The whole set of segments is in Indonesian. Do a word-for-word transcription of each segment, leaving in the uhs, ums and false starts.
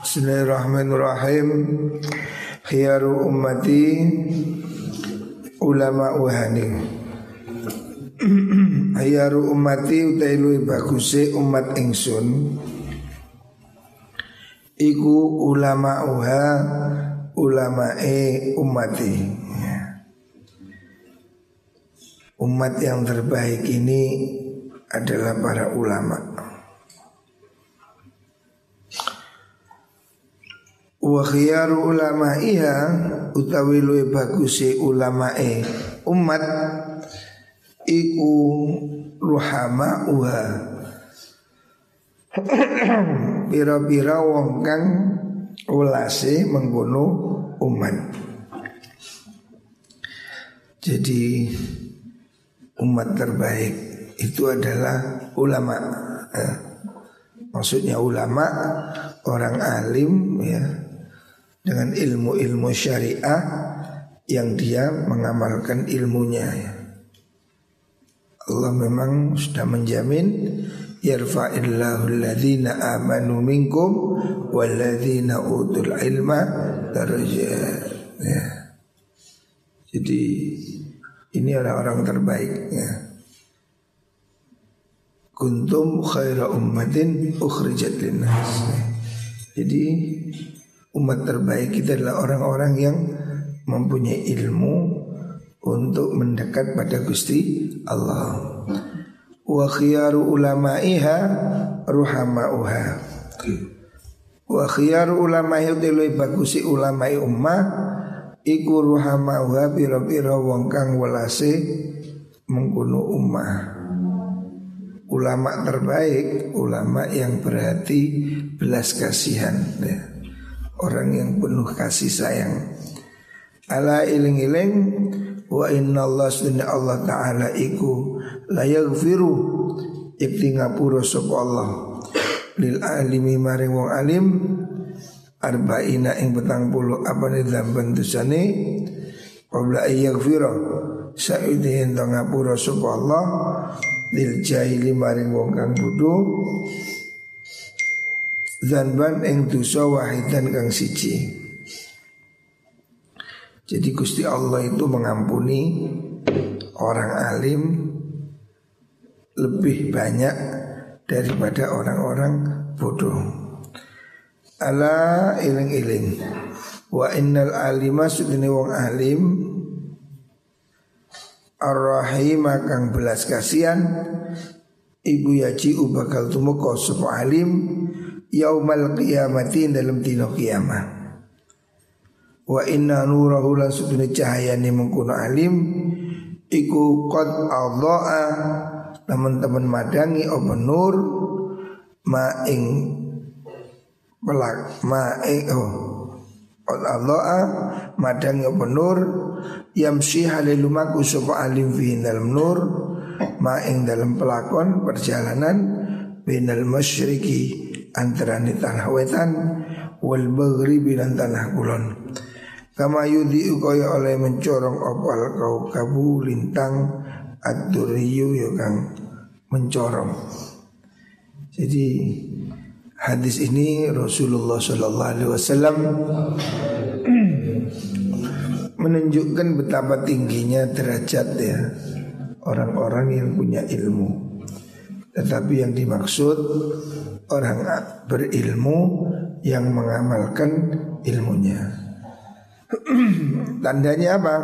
Bismillahirrahmanirrahim. Khiyaru ummati ulama uhani. Khiyaru ummati utai luwih baguse umat ingsun iku ulama uha ulamae ummati. Umat yang terbaik ini adalah para ulama. Wa khiyaru ulama'iha utawi luwih baguse ulamae umat iku ruhama'uha pira-pira wong kang welase mengkono umat. Jadi umat terbaik itu adalah ulama. eh, Maksudnya ulama orang alim ya, dengan ilmu-ilmu syariah yang dia mengamalkan ilmunya ya. Allah memang sudah menjamin yarfa'illahu alladhina amanu minkum walladhina utul ilma darajat ya. Jadi ini orang-orang terbaik ya. Kuntum khaira ummatin ukhrijat linnas. Jadi umat terbaik itu adalah orang-orang yang mempunyai ilmu untuk mendekat pada Gusti Allah. Wa khiyaru ulama'iha ruhama'uha. Wa khiyaru ulama'iha utilui bagusi ulama'i ummah iku ruhama'uha pira-pira wong kang welase mengkuno ummah. Ulama terbaik, ulama yang berhati belas kasihan ya. Orang yang penuh kasih sayang. Ala iling-iling wa inna Allah sunna Allah ta'ala iku la yaghfiru ikti ngapura sapa Allah lil alimi maring wong alim arba'ina ing petang puluh apane dzamban dosane qabla yaghfira saidin to ngapura sapa Allah lil jahili maring wong kang bodho zanban ing dosa wahidan kang siji. Jadi Gusti Allah itu mengampuni orang alim lebih banyak daripada orang-orang bodoh. Ala iling-iling wa innal alima sudene wong alim ar-rahim kang belas kasihan ibu yaji bakal tumeka sapa alim yaumal qiyamati dalam dina kiamat. Wa inna nurahu lan sudune cahayane mengkono alim iku qad adha'a teman-teman madangi apa nur ma ing pelak ma ing oh qad adha'a madangi apa nur yamshi halilumaku sapa alim fi dalam nur ma ing dalam pelakon perjalanan binal masyriqi antara tanah wetan wal maghribi dan tanah kulon. Kama yudhi'u kaya oleh mencorong opal kau kabu lintang ad-durriyu ya kang mencorong. Jadi hadis ini Rasulullah sallallahu alaihi wasallam menunjukkan betapa tingginya derajat ya orang-orang yang punya ilmu. Tetapi yang dimaksud orang berilmu yang mengamalkan ilmunya. Tandanya apa?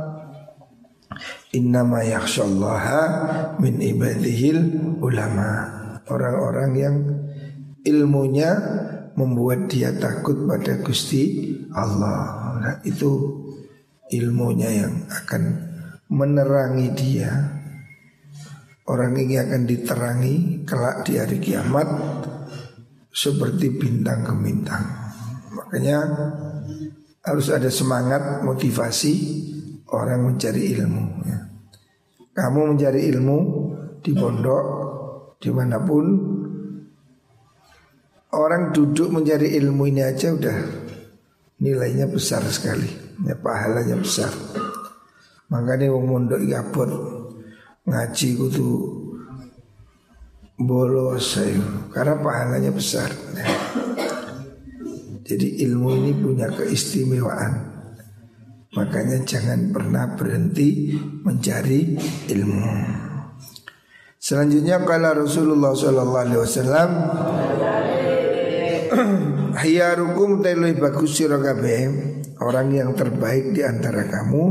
Innama yakhshallaha min ibadihil ulama. Orang-orang yang ilmunya membuat dia takut pada Gusti Allah. Nah, itu ilmunya yang akan menerangi dia. Orang ini akan diterangi kelak di hari kiamat seperti bintang gemintang. Makanya harus ada semangat motivasi orang mencari ilmu ya. Kamu mencari ilmu di pondok dimanapun, orang duduk mencari ilmu ini aja udah nilainya besar sekali ya, pahalanya besar. Makanya wong mondok ikabot ngaji kudu bolos saya, karena pahalanya besar. Jadi ilmu ini punya keistimewaan. Makanya jangan pernah berhenti mencari ilmu. Selanjutnya kala Rasulullah sallallahu alaihi wasallam, khiyarukum tailui bagus sira kabeh, orang yang terbaik di antara kamu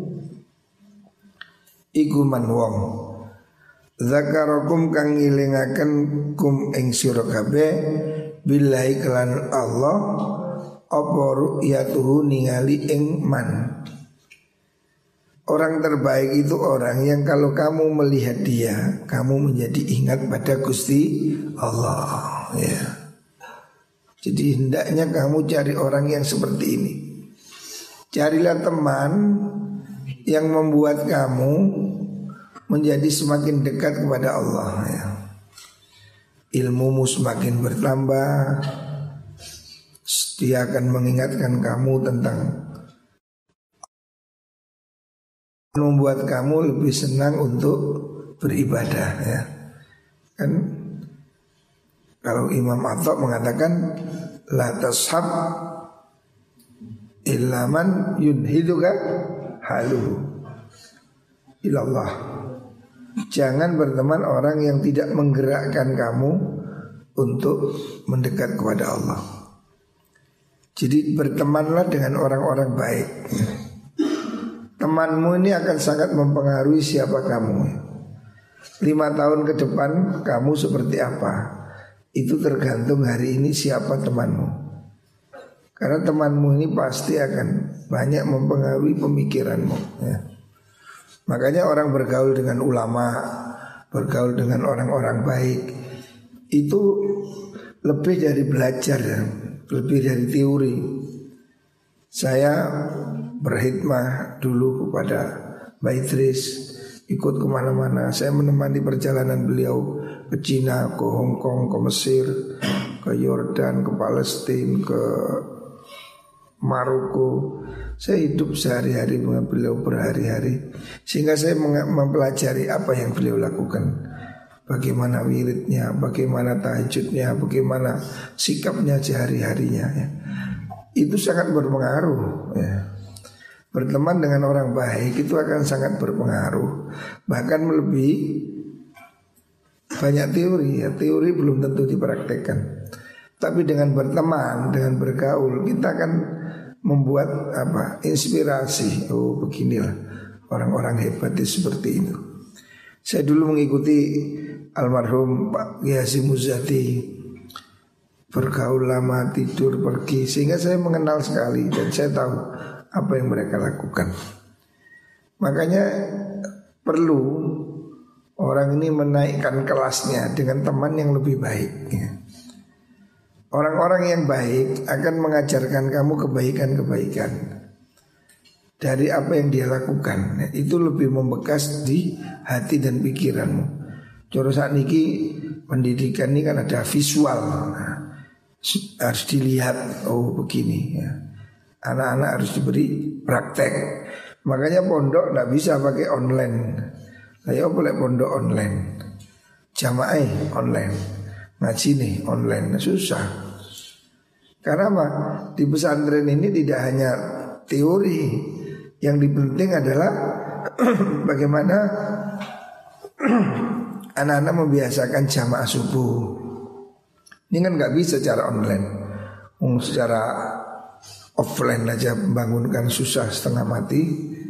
iku man wong zakarakum kang ngilingaken kum ing sira kabeh billahi kelan Allah apa ru'yatuhu ningali ing man. Orang terbaik itu orang yang kalau kamu melihat dia, kamu menjadi ingat pada Gusti Allah ya. Jadi hendaknya kamu cari orang yang seperti ini. Carilah teman yang membuat kamu menjadi semakin dekat kepada Allah ya. Ilmumu semakin bertambah, dia akan mengingatkan kamu tentang, membuat kamu lebih senang untuk beribadah ya. Kan kalau Imam Atha mengatakan la tashab illa man yunhiduka haluhu ilallah. Jangan berteman orang yang tidak menggerakkan kamu untuk mendekat kepada Allah. Jadi bertemanlah dengan orang-orang baik. Temanmu ini akan sangat mempengaruhi siapa kamu. Lima tahun ke depan kamu seperti apa, itu tergantung hari ini siapa temanmu. Karena temanmu ini pasti akan banyak mempengaruhi pemikiranmu ya. Makanya orang bergaul dengan ulama, bergaul dengan orang-orang baik, itu lebih dari belajar ya, lebih dari teori. Saya berkhidmah dulu kepada Mbak Idris, ikut kemana-mana. Saya menemani perjalanan beliau ke Cina, ke Hong Kong, ke Mesir, ke Yordan, ke Palestina, ke Maroko. Saya hidup sehari-hari dengan beliau berhari-hari, sehingga saya mempelajari apa yang beliau lakukan. Bagaimana wiridnya, bagaimana tahajudnya, bagaimana sikapnya sehari-harinya ya. Itu sangat berpengaruh ya. Berteman dengan orang baik itu akan sangat berpengaruh, bahkan melebihi banyak teori ya. Teori belum tentu dipraktekkan, tapi dengan berteman, dengan bergaul, kita akan membuat apa? Inspirasi. Oh beginilah orang-orang hebat itu seperti itu. Saya dulu mengikuti almarhum Pak Hasyim Muzadi, bergaul lama, tidur, pergi, sehingga saya mengenal sekali dan saya tahu apa yang mereka lakukan. Makanya perlu orang ini menaikkan kelasnya dengan teman yang lebih baik ya. Orang-orang yang baik akan mengajarkan kamu kebaikan-kebaikan dari apa yang dia lakukan ya. Itu lebih membekas di hati dan pikiranmu. Coro saat niki pendidikan ini kan ada visual, nah, harus dilihat. Oh begini ya. Anak-anak harus diberi praktek. Makanya pondok tidak bisa pakai online. Saya boleh pondok online, jamaah online, ngaji nih online, susah. Karena apa? Di pesantren ini tidak hanya teori, yang penting adalah bagaimana anak-anak membiasakan jamaah subuh. Ini kan nggak bisa secara online, secara offline aja membangunkan susah setengah mati.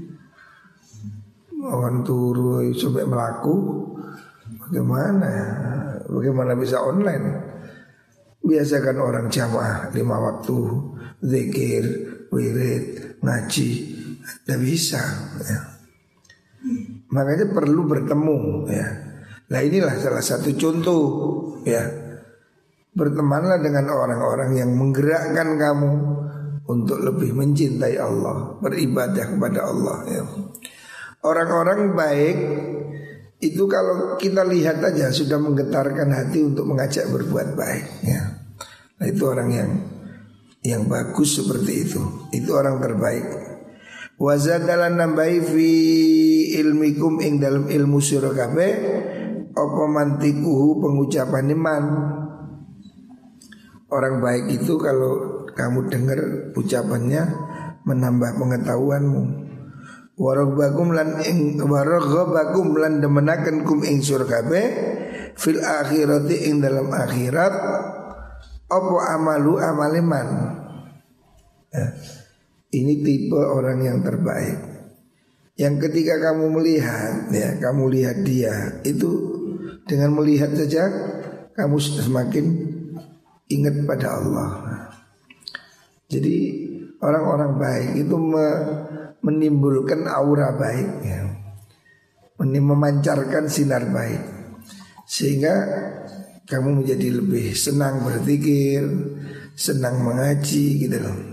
Orang turu sampai melaku, bagaimana? Bagaimana bisa online? Biasakan orang jamaah lima waktu, zikir, wirid, ngaji, tidak bisa. Ya. Makanya perlu bertemu. Ya. Nah inilah salah satu contoh. Ya, bertemanlah dengan orang-orang yang menggerakkan kamu untuk lebih mencintai Allah, beribadah kepada Allah. Ya. Orang-orang baik itu kalau kita lihat aja sudah menggetarkan hati untuk mengajak berbuat baik ya. Nah itu orang yang yang bagus seperti itu. Itu orang terbaik. Wa zadalan nambahi fi ilmikum ing dalam ilmu sira kabeh apa mantikuhu pengucapan iman. Orang baik itu kalau kamu dengar ucapannya menambah pengetahuanmu. Waragbakum lan ing waragbakum lan demenaken kum ing surgabe fil akhirati ing dalam akhirat apa amalu amaliman. Ya. Ini tipe orang yang terbaik. Yang ketika kamu melihat, ya kamu lihat dia itu dengan melihat saja kamu semakin ingat pada Allah. Jadi orang-orang baik itu me, menimbulkan aura baik, ya. Memancarkan sinar baik, sehingga kamu menjadi lebih senang berzikir, senang mengaji gitu loh.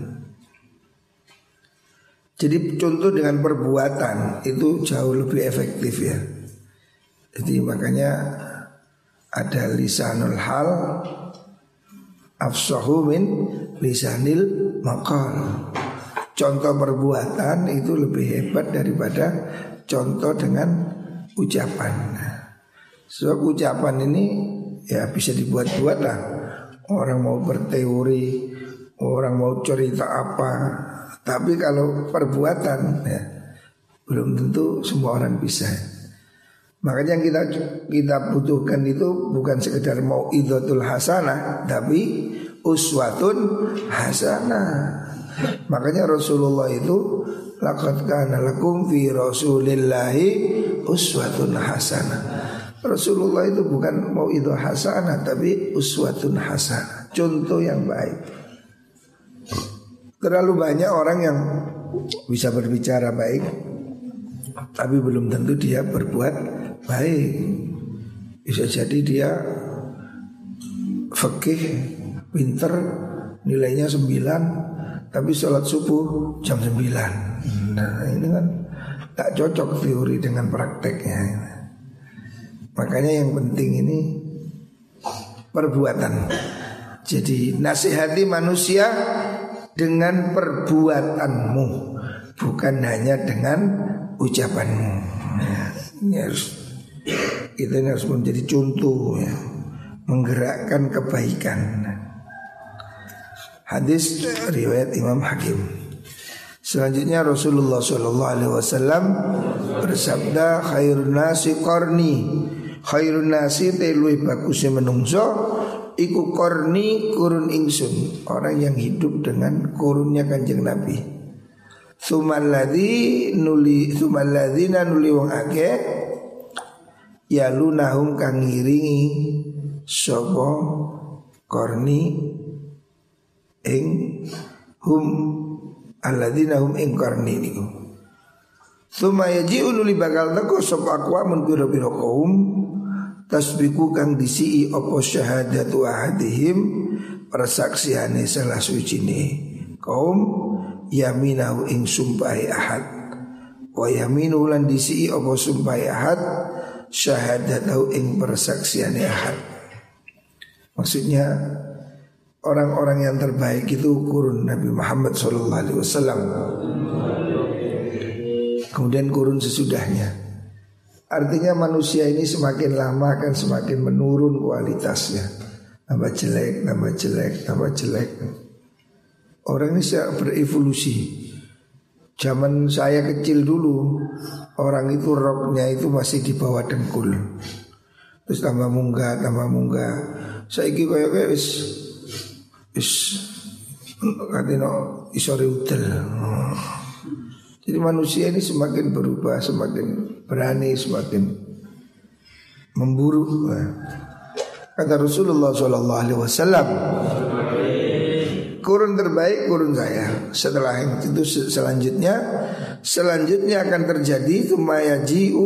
Jadi contoh dengan perbuatan itu jauh lebih efektif ya. Jadi makanya ada lisanul hal afsahu min lisanil maqal. Contoh perbuatan itu lebih hebat daripada contoh dengan ucapan. Sebab ucapan ini ya bisa dibuat-buat lah. Orang mau berteori, orang mau cerita apa. Tapi kalau perbuatan ya belum tentu semua orang bisa. Makanya yang kita kita butuhkan itu bukan sekedar mau idhatul hasanah, tapi uswatun hasanah. Makanya Rasulullah itu laqad kana lakum fi rasulillahi uswatun hasanah. Rasulullah itu bukan mau idhah hasanah, tapi uswatun hasanah, contoh yang baik. Terlalu banyak orang yang bisa berbicara baik, tapi belum tentu dia berbuat baik. Bisa jadi dia fakih, pinter, nilainya sembilan, tapi sholat subuh jam sembilan. Nah ini kan tak cocok teori dengan prakteknya. Makanya yang penting ini perbuatan. Jadi nasihati manusia dengan perbuatanmu, bukan hanya dengan ucapanmu. Ya, ini harus kita ini harus menjadi contoh ya, menggerakkan kebaikan. Hadis riwayat Imam Hakim. Selanjutnya Rasulullah Shallallahu Alaihi Wasallam bersabda, khairun nasi qarni, khairun nasi telui bagusnya menungso iku korni kurun ingsun, orang yang hidup dengan kurunnya Kanjeng Nabi. Sumalladzi nuli sumalladzina nuli wong akeh yalunahum kang ngiringi sapa korni ing hum alladzina hum ing korni niku. Suma yaji'u nuli bakal teko sapa aqwamun pira-pira kaum tasbiku kang disii opo syahadatu ahadihim persaksiane salah sucine kaum yaminahu ing sumpahi ahad wa yaminu lan disii opo sumpahi ahad syahadatu ing persaksiane ahad. Maksudnya orang-orang yang terbaik itu kurun Nabi Muhammad shallallahu alaihi wasallam, kemudian kurun sesudahnya. Artinya manusia ini semakin lama akan semakin menurun kualitasnya. Tambah jelek, tambah jelek, tambah jelek. Orang ini sudah berevolusi. Zaman saya kecil dulu, orang itu roknya itu masih di bawah dengkul. Terus tambah munggah, tambah munggah. Saiki koyo koyo wis wis katino isore udel. Jadi manusia ini semakin berubah, semakin berani, semakin memburu. Kata Rasulullah shallallahu alaihi wasallam, kurun terbaik kurun saya. Setelah itu selanjutnya, selanjutnya akan terjadi tumayajiu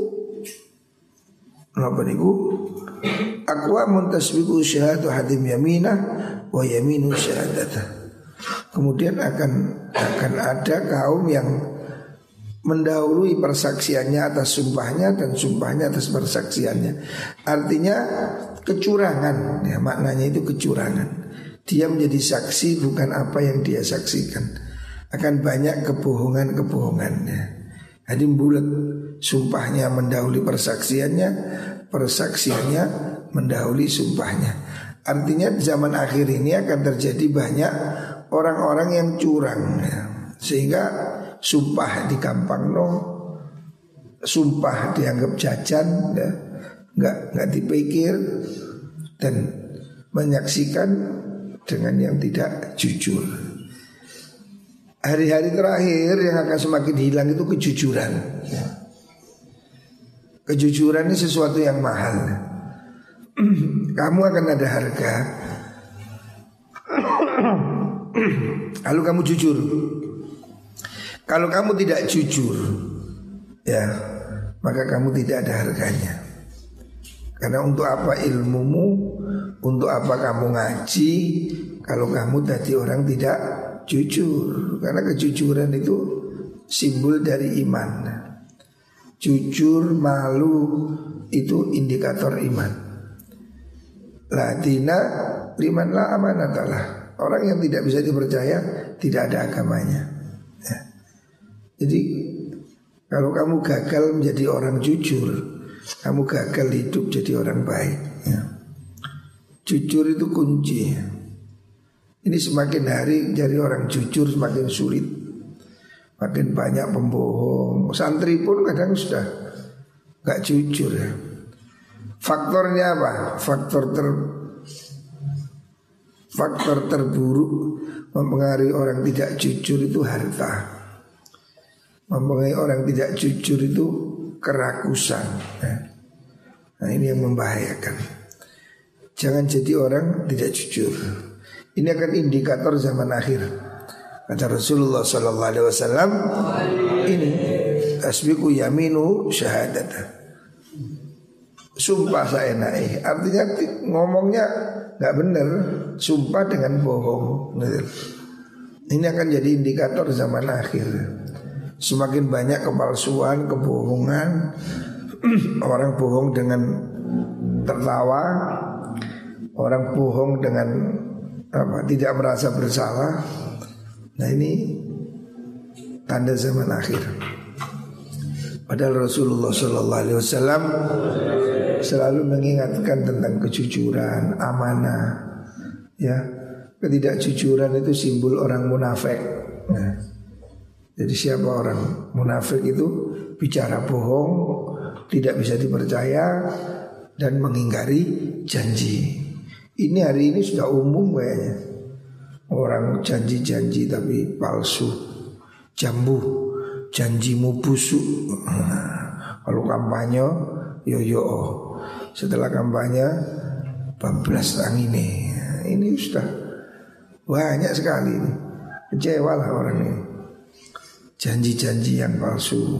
apa niku? Aqwamun tasbiqu syahadatu hadim yaminah wa yaminu syahadatah. Kemudian akan akan ada kaum yang mendahului persaksiannya atas sumpahnya dan sumpahnya atas persaksiannya. Artinya kecurangan, ya, maknanya itu kecurangan. Dia menjadi saksi bukan apa yang dia saksikan. Akan banyak kebohongan-kebohongannya. Jadi bulat sumpahnya mendahului persaksiannya, persaksiannya mendahului sumpahnya. Artinya zaman akhir ini akan terjadi banyak orang-orang yang curang ya. Sehingga sumpah digampangno, sumpah dianggap jajan ya. Nggak, nggak dipikir dan menyaksikan dengan yang tidak jujur. Hari-hari terakhir yang akan semakin hilang itu kejujuran. Kejujuran ini sesuatu yang mahal. Kamu akan ada harga kalau kamu jujur. Kalau kamu tidak jujur, ya, maka kamu tidak ada harganya. Karena untuk apa ilmumu, untuk apa kamu ngaji, kalau kamu tadi orang tidak jujur. Karena kejujuran itu simbol dari iman. Jujur, malu itu indikator iman. Ladina liman la amanatalah. Orang yang tidak bisa dipercaya tidak ada agamanya ya. Jadi kalau kamu gagal menjadi orang jujur, kamu gagal hidup jadi orang baik ya. Jujur itu kunci. Ini semakin hari jadi orang jujur semakin sulit. Makin banyak pembohong. Santri pun kadang sudah gak jujur ya. Faktornya apa? Faktor ter Faktor terburuk mempengaruhi orang tidak jujur itu harta. Mempengaruhi orang tidak jujur itu kerakusan ya. Nah ini yang membahayakan. Jangan jadi orang tidak jujur. Ini akan indikator zaman akhir. Kata Rasulullah Sallallahu Alaihi Wasallam, ini tasbiqu yaminu syahadat. Sumpah saya naik. Artinya ngomongnya nggak benar, sumpah dengan bohong. Ini akan jadi indikator zaman akhir. Semakin banyak kepalsuan, kebohongan. Orang bohong dengan tertawa, orang bohong dengan apa, tidak merasa bersalah. Nah ini tanda zaman akhir. Padahal Rasulullah Sallallahu Alaihi Wasallam selalu mengingatkan tentang kejujuran, amanah, ya. Ketidakjujuran itu simbol orang munafik. Nah, jadi siapa orang munafik itu bicara bohong, tidak bisa dipercaya dan mengingkari janji. Ini hari ini sudah umum kayaknya. Orang janji-janji tapi palsu, jambu, janjimu busuk. Nah, kalau kampanye yo yo, setelah kampanye bablas nang ini. Ini sudah banyak sekali ini. Kecewa lah orang ini. Janji-janji yang palsu,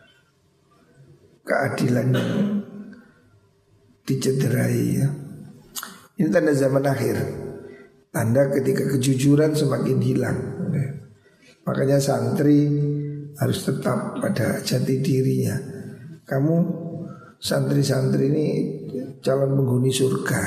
keadilan yang dicederai ya. Ini tanda zaman akhir. Tanda ketika kejujuran semakin hilang. Makanya santri harus tetap pada jati dirinya. Kamu santri-santri ini calon penghuni surga.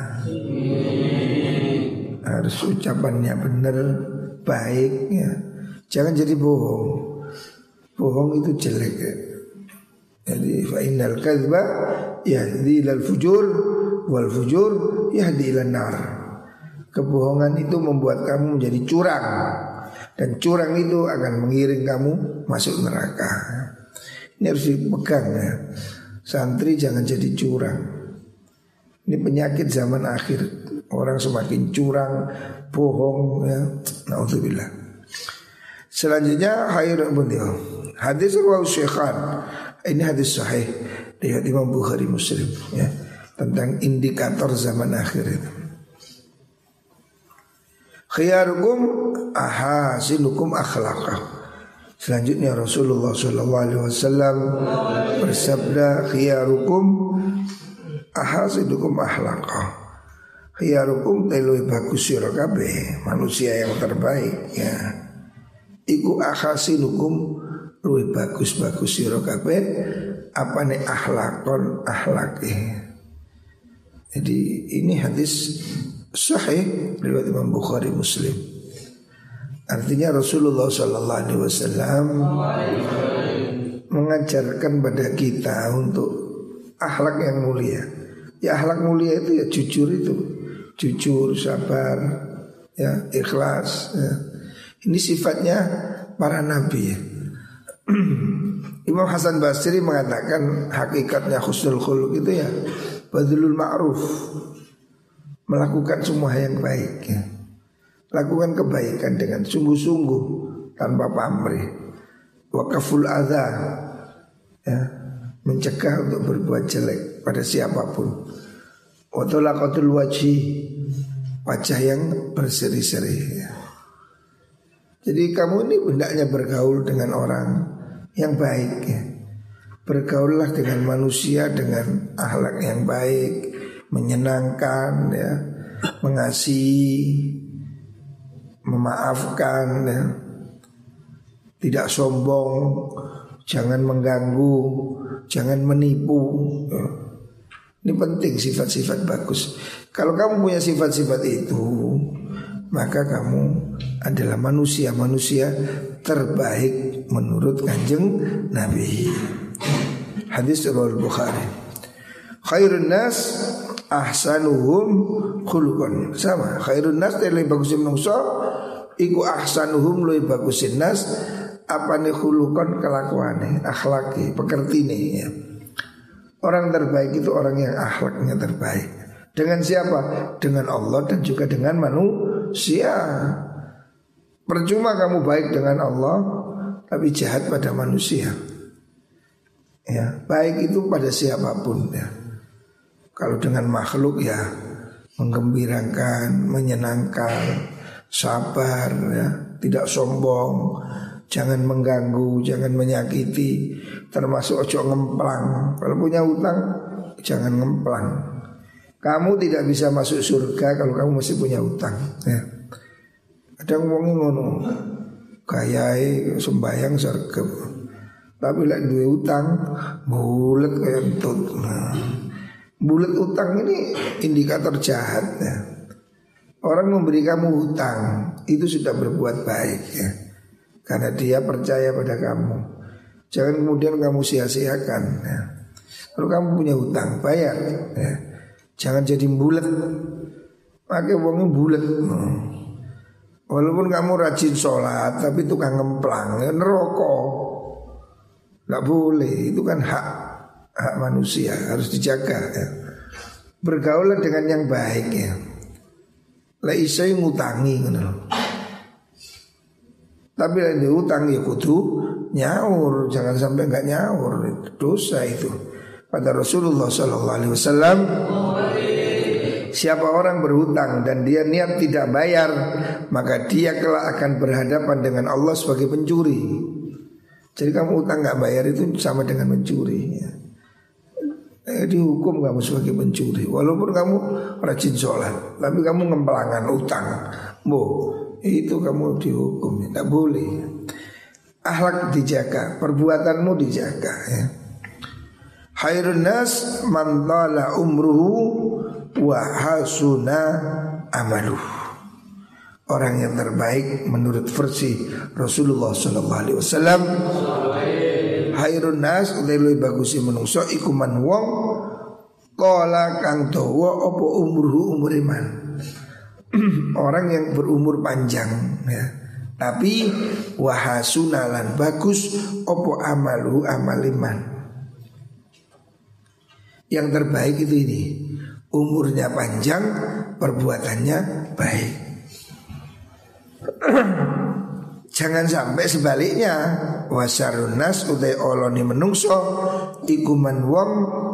Harus ucapannya benar, baik ya. Jangan jadi bohong. Bohong itu jelek ya. Jadi fa innal kadzba yahdi ilal fujur wal fujur yahdi ilan nar. Kebohongan itu membuat kamu menjadi curang, dan curang itu akan mengiring kamu masuk neraka. Ini harus dipegang ya. Santri jangan jadi curang. Ini penyakit zaman akhir. Orang semakin curang, bohong ya. Naudzubillah. Selanjutnya khairul beliau. Hadis riwayat Syekhan. Ini hadis sahih riwayat Imam Bukhari Muslim ya, tentang indikator zaman akhir itu. Khiyarukum ahasinukum akhlaqah. Selanjutnya Rasulullah Sallallahu Alaihi Wasallam bersabda, khiyarukum ahasinukum akhlaqah. Khiyarukum telui bagus sira kabeh, manusia yang terbaik ya. Iku ahasinukum luwih bagus-bagus sira kabeh apane akhlakon akhlake. Jadi ini hadis sahih riwayat Imam Bukhari Muslim. Artinya Rasulullah Sallallahu Alaihi Wasallam mengajarkan pada kita untuk akhlak yang mulia. Ya akhlak mulia itu ya jujur itu, jujur, sabar, ya, ikhlas ya. Ini sifatnya para nabi ya. Imam Hasan Basri mengatakan hakikatnya husnul khuluq itu ya badlul ma'ruf, melakukan semua yang baik ya. Lakukan kebaikan dengan sungguh-sungguh tanpa pamrih. Wakaful adha ya, mencegah untuk berbuat jelek pada siapapun. Watolaqatul wajhi, wajah yang berseri-seri ya. Jadi kamu ini hendaknya bergaul dengan orang yang baik ya. Bergaullah dengan manusia dengan akhlak yang baik, menyenangkan ya, mengasihi, memaafkan ya. Tidak sombong, jangan mengganggu, jangan menipu ya. Ini penting sifat-sifat bagus. Kalau kamu punya sifat-sifat itu, maka kamu adalah manusia-manusia terbaik menurut Kanjeng Nabi. Hadis riwayat Bukhari. Khairun nas ahsanuhum khuluqan. Sama, khairun nas lebih bagus menungso iku ahsanuhum lebih bagusin nas apane khuluqan kelakuane, akhlaki, pekertine ya. Orang terbaik itu orang yang akhlaknya terbaik. Dengan siapa? Dengan Allah dan juga dengan manusia. Percuma kamu baik dengan Allah tapi jahat pada manusia. Ya, baik itu pada siapapun ya. Kalau dengan makhluk ya menggembirakan, menyenangkan, sabar ya, tidak sombong, jangan mengganggu, jangan menyakiti, termasuk ojo ngemplang. Kalau punya utang jangan ngemplang. Kamu tidak bisa masuk surga kalau kamu masih punya utang ya. Ada ngomongin ngono, gayai sembayang sergap, tapi lek duwe utang bulet kayak entut. Nah, bulet utang ini indikator jahat ya. Orang memberi kamu hutang itu sudah berbuat baik ya, karena dia percaya pada kamu. Jangan kemudian kamu sia-siakan ya. Kalau kamu punya hutang bayar ya. Jangan jadi bulet, pakai uangnya bulet. Walaupun kamu rajin sholat tapi tukang ngemplang ya, neraka. Gak boleh, itu kan hak hak manusia, harus dijaga ya. Bergaulah dengan yang baik ya. Lah iso ngutangi ngono. Tapi lek diutang ya kudu nyaur, jangan sampai enggak nyaur, itu dosa itu. Pada Rasulullah sallallahu alaihi wasallam, siapa orang berhutang dan dia niat tidak bayar, maka dia kelak akan berhadapan dengan Allah sebagai pencuri. Jadi kamu utang nggak bayar itu sama dengan mencuri ya. Eh, dihukum kamu sebagai pencuri. Walaupun kamu rajin sholat, tapi kamu ngempelangan utang, bo, itu kamu dihukum. Tidak boleh. Akhlak dijaga, perbuatanmu dijaga ya. Khairun nas man tala umruhu wa hasuna amaluh. Orang yang terbaik menurut versi Rasulullah sallallahu alaihi wasallam, khairun nas lebih bagusi menungso iku man wong kala kang dawa apa umruhu umur iman. Orang yang berumur panjang ya, tapi wa hasuna lan bagus apa amaluhu amal iman. Yang terbaik itu ini, umurnya panjang, perbuatannya baik. Jangan sampai sebaliknya, wasarun nas utai oloni menungso ikuman wong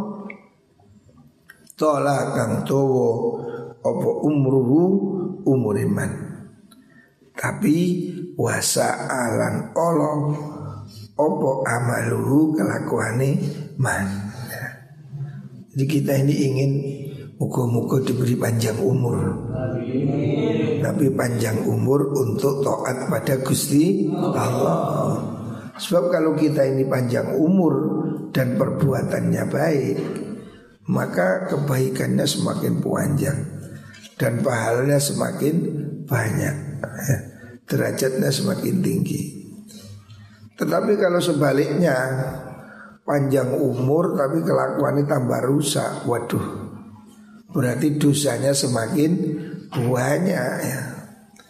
tola kang towo opo umruhu umuriman, tapi wasa alan olo opo amaluhu kelakuane man. Jadi kita ini ingin muka-muka diberi panjang umur. Amin. Tapi panjang umur untuk taat pada Gusti Allah. Sebab kalau kita ini panjang umur dan perbuatannya baik, maka kebaikannya semakin panjang dan pahalanya semakin banyak, derajatnya semakin tinggi. Tetapi kalau sebaliknya, panjang umur tapi kelakuannya tambah rusak, waduh, berarti dosanya semakin banyak ya.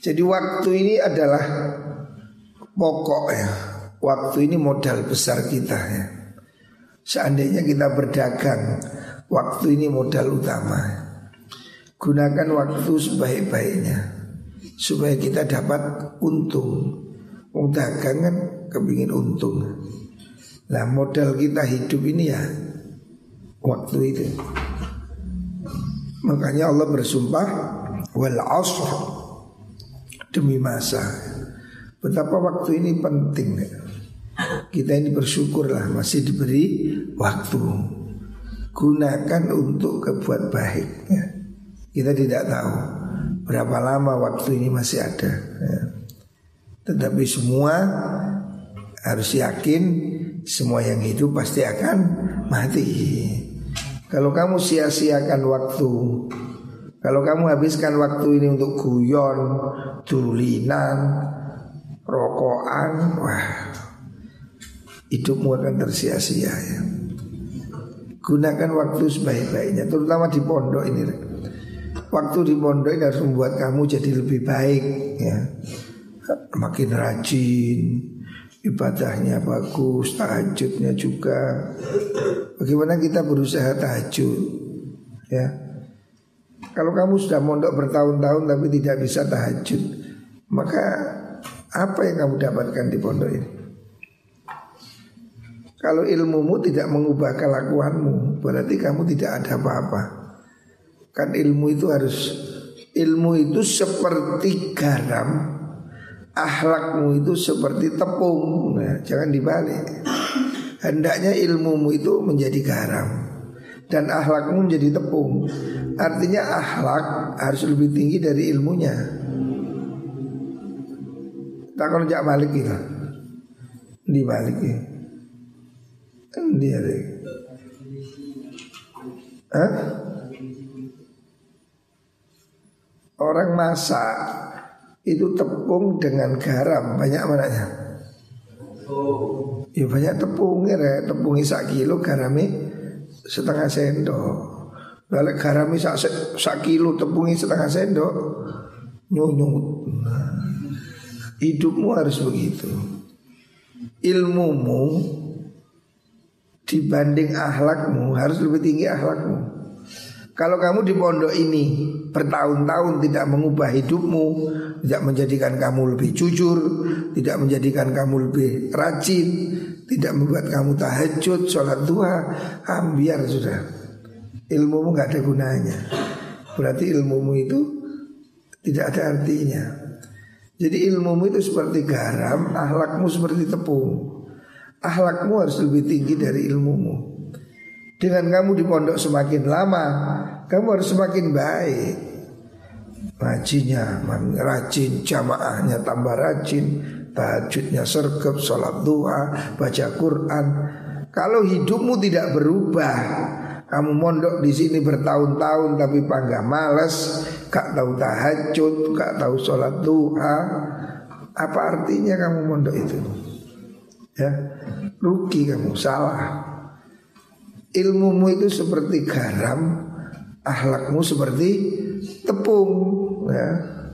Jadi waktu ini adalah pokok ya. Waktu ini modal besar kita ya. Seandainya kita berdagang, waktu ini modal utama. Gunakan waktu sebaik-baiknya supaya kita dapat untung. Wong dagang kan kepingin untung. Nah modal kita hidup ini ya waktu itu. Makanya Allah bersumpah wal asr, demi masa. Betapa waktu ini penting. Kita ini bersyukurlah masih diberi waktu. Gunakan untuk kebuat baik ya. Kita tidak tahu berapa lama waktu ini masih ada ya. Tetapi semua harus yakin semua yang hidup pasti akan mati. Kalau kamu sia-siakan waktu, kalau kamu habiskan waktu ini untuk guyon, dulinan, rokokan, wah, hidupmu akan tersia-sia ya. Gunakan waktu sebaik-baiknya, terutama di pondok ini. Waktu di pondok ini harus membuat kamu jadi lebih baik ya. Makin rajin, ibadahnya bagus, tahajudnya juga. Bagaimana kita berusaha tahajud ya. Kalau kamu sudah mondok bertahun-tahun tapi tidak bisa tahajud, maka apa yang kamu dapatkan di pondok ini? Kalau ilmumu tidak mengubah kelakuanmu, berarti kamu tidak ada apa-apa. Kan ilmu itu harus, ilmu itu seperti garam, akhlakmu itu seperti tepung. Nah, jangan dibalik. Hendaknya ilmumu itu menjadi garam dan akhlakmu menjadi tepung. Artinya akhlak harus lebih tinggi dari ilmunya. Tak kalau jak balik gitu, dibalik ya. Dia deh. Hah? Orang masak itu tepung dengan garam banyak mananya? Ya banyak tepungnya, re. Tepungnya sak kilo, garamnya setengah sendok. Balik garamnya sak, sak kilo, tepungnya setengah sendok, nyunyut. Nah, hidupmu harus begitu. Ilmumu dibanding akhlakmu harus lebih tinggi akhlakmu. Kalau kamu di pondok ini bertahun-tahun tidak mengubah hidupmu, tidak menjadikan kamu lebih jujur, tidak menjadikan kamu lebih rajin, tidak membuat kamu tahajud, sholat duha, ambiar sudah. Ilmumu gak ada gunanya. Berarti ilmumu itu tidak ada artinya. Jadi ilmumu itu seperti garam, akhlakmu seperti tepung. Akhlakmu harus lebih tinggi dari ilmumu. Dengan kamu di pondok semakin lama, kamu harus semakin baik. Ngajinya rajin, jamaahnya tambah rajin, tahajudnya sergap, sholat duha, baca Quran. Kalau hidupmu tidak berubah, kamu mondok di sini bertahun-tahun tapi panggah malas, gak tahu tahajud, gak tahu sholat duha, apa artinya kamu mondok itu? Ya, rugi kamu, salah. Ilmumu itu seperti garam, akhlakmu seperti tepung ya.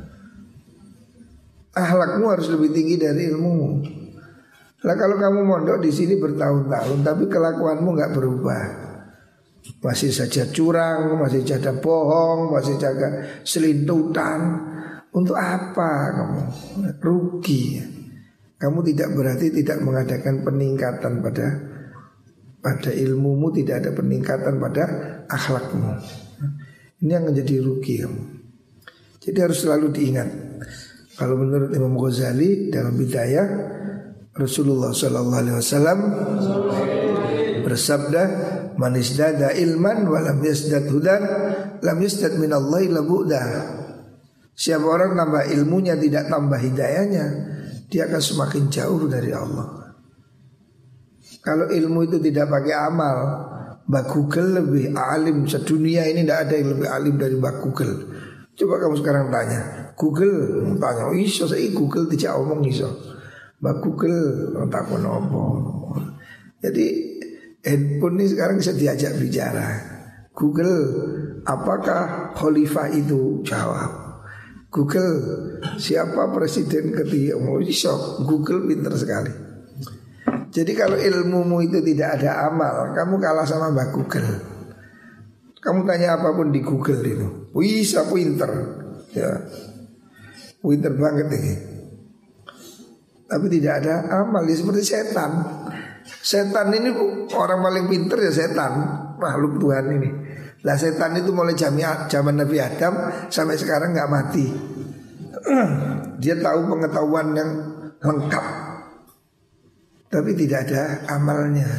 Akhlakmu harus lebih tinggi dari ilmumu. Lah kalau kamu mondok di sini bertahun-tahun tapi kelakuanmu nggak berubah, masih saja curang, masih saja bohong, masih saja selintutan, untuk apa kamu? Rugi. Kamu tidak berarti tidak mengadakan peningkatan pada pada ilmumu, tidak ada peningkatan pada akhlakmu. Ini yang menjadi rugi kamu. Jadi harus selalu diingat. Kalau menurut Imam Ghazali dalam Bidayah, Rasulullah Shallallahu Alaihi Wasallam bersabda, "Man isdada ilman wa lam yasdad hudan, lam yasdad min Allah illa bu'dah." Siapa orang tambah ilmunya tidak tambah hidayahnya, dia akan semakin jauh dari Allah. Kalau ilmu itu tidak pakai amal, Mbak Google lebih alim sedunia ini, tidak ada yang lebih alim dari Mbak Google. Coba kamu sekarang tanya Google, tanya oh, iso saya Google tidak omong iso. Mbak Google takon apa. Jadi handphone ini sekarang bisa diajak bicara. Google, apakah khalifah itu? Jawab. Google siapa presiden ketiga, mau shock. Google pinter sekali. Jadi kalau ilmumu itu tidak ada amal, kamu kalah sama Mbak Google. Kamu tanya apapun di Google itu, bisa pinter, ya, pinter banget ini. Tapi tidak ada amal, ya seperti setan. Setan ini orang paling pinter ya setan, makhluk Tuhan ini. Lah setan itu mulai zaman Nabi Adam sampai sekarang nggak mati. Dia tahu pengetahuan yang lengkap, tapi tidak ada amalnya.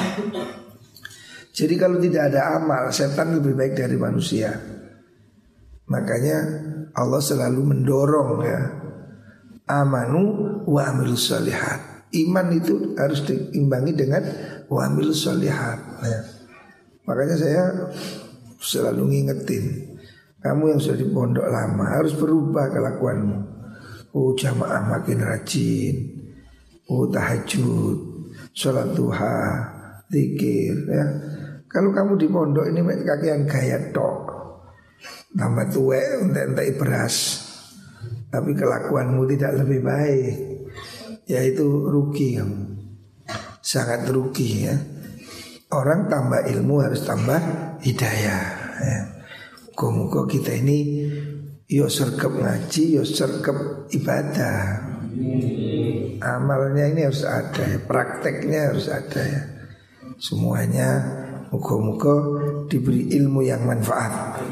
Jadi kalau tidak ada amal, setan lebih baik dari manusia. Makanya Allah selalu mendorong ya, amanu wa amilus sholihat. Iman itu harus diimbangi dengan wa amilus sholihat ya. Makanya saya selalu ngingetin, kamu yang sudah di pondok lama harus berubah kelakuanmu. Oh jamaah makin rajin, oh tahajud, sholat duha, zikir ya. Kalau kamu di pondok ini kakian gaya tok, tambah tuwek entek-entek beras, tapi kelakuanmu tidak lebih baik, yaitu rugi kamu, sangat rugi ya. Orang tambah ilmu harus tambah hidayah ya. Muka-muka kita ini yo sergap ngaji, yo sergap ibadah. Amalnya ini harus ada ya, prakteknya harus ada ya. Semuanya muka-muka diberi ilmu yang manfaat.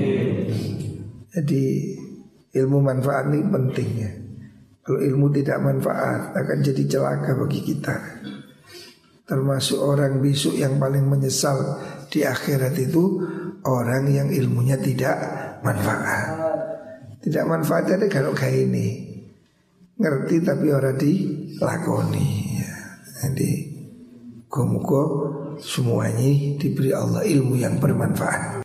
Jadi ilmu manfaat ini penting ya. Kalau ilmu tidak manfaat akan jadi celaka bagi kita. Termasuk orang besok yang paling menyesal di akhirat itu orang yang ilmunya tidak manfaat. Tidak manfaat ada kalau kayak ini, ngerti tapi orang dilakoni ya. Jadi muka-muka semuanya diberi Allah ilmu yang bermanfaat.